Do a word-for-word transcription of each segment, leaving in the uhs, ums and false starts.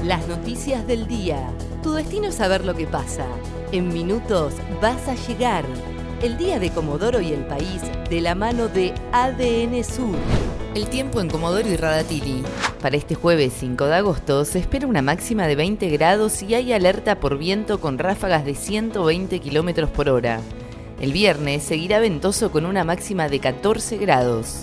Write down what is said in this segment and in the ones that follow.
Las noticias del día. Tu destino es saber lo que pasa. En minutos vas a llegar. El día de Comodoro y el país de la mano de A D N Sur. El tiempo en Comodoro y Radatili. Para este jueves cinco de agosto se espera una máxima de veinte grados y hay alerta por viento con ráfagas de ciento veinte kilómetros por hora. El viernes seguirá ventoso con una máxima de catorce grados.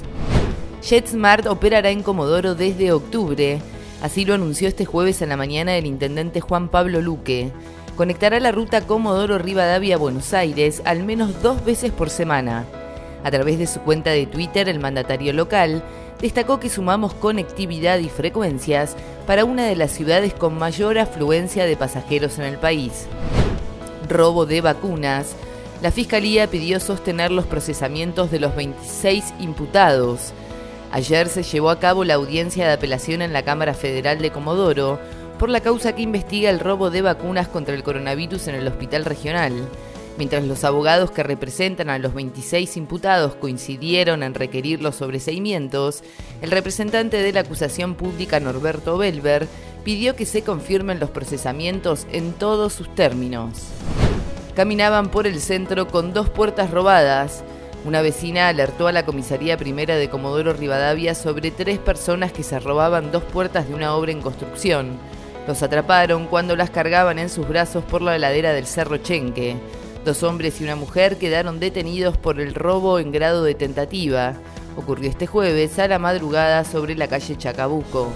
JetSmart operará en Comodoro desde octubre. Así lo anunció este jueves en la mañana el intendente Juan Pablo Luque. Conectará la ruta Comodoro-Rivadavia-Buenos Aires al menos dos veces por semana. A través de su cuenta de Twitter, el mandatario local destacó que sumamos conectividad y frecuencias para una de las ciudades con mayor afluencia de pasajeros en el país. Robo de vacunas. La Fiscalía pidió sostener los procesamientos de los veintiséis imputados. Ayer se llevó a cabo la audiencia de apelación en la Cámara Federal de Comodoro por la causa que investiga el robo de vacunas contra el coronavirus en el hospital regional. Mientras los abogados que representan a los veintiséis imputados coincidieron en requerir los sobreseimientos, el representante de la acusación pública Norberto Belver pidió que se confirmen los procesamientos en todos sus términos. Caminaban por el centro con dos puertas robadas. Una vecina alertó a la comisaría primera de Comodoro Rivadavia sobre tres personas que se robaban dos puertas de una obra en construcción. Los atraparon cuando las cargaban en sus brazos por la ladera del Cerro Chenque. Dos hombres y una mujer quedaron detenidos por el robo en grado de tentativa. Ocurrió este jueves a la madrugada sobre la calle Chacabuco.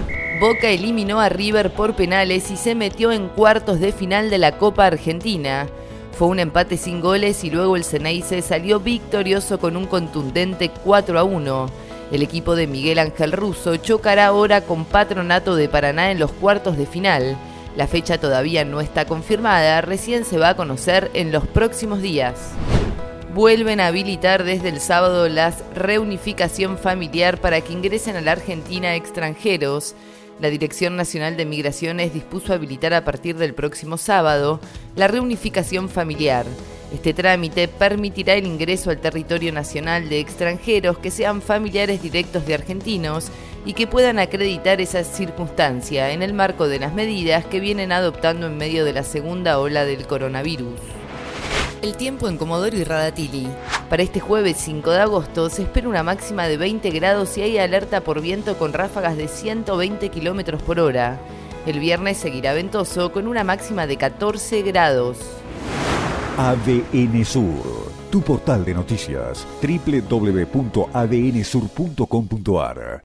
Boca eliminó a River por penales y se metió en cuartos de final de la Copa Argentina. Fue un empate sin goles y luego el Ceneice salió victorioso con un contundente cuatro a uno. El equipo de Miguel Ángel Russo chocará ahora con Patronato de Paraná en los cuartos de final. La fecha todavía no está confirmada, recién se va a conocer en los próximos días. Vuelven a habilitar desde el sábado la reunificación familiar para que ingresen a la Argentina extranjeros. La Dirección Nacional de Migraciones dispuso habilitar a partir del próximo sábado la reunificación familiar. Este trámite permitirá el ingreso al territorio nacional de extranjeros que sean familiares directos de argentinos y que puedan acreditar esa circunstancia en el marco de las medidas que vienen adoptando en medio de la segunda ola del coronavirus. El tiempo en Comodoro y Radatili. Para este jueves cinco de agosto se espera una máxima de veinte grados y hay alerta por viento con ráfagas de ciento veinte kilómetros por hora. El viernes seguirá ventoso con una máxima de catorce grados. A D N Sur, tu portal de noticias, doble u doble u doble u punto a d n sur punto com punto a r.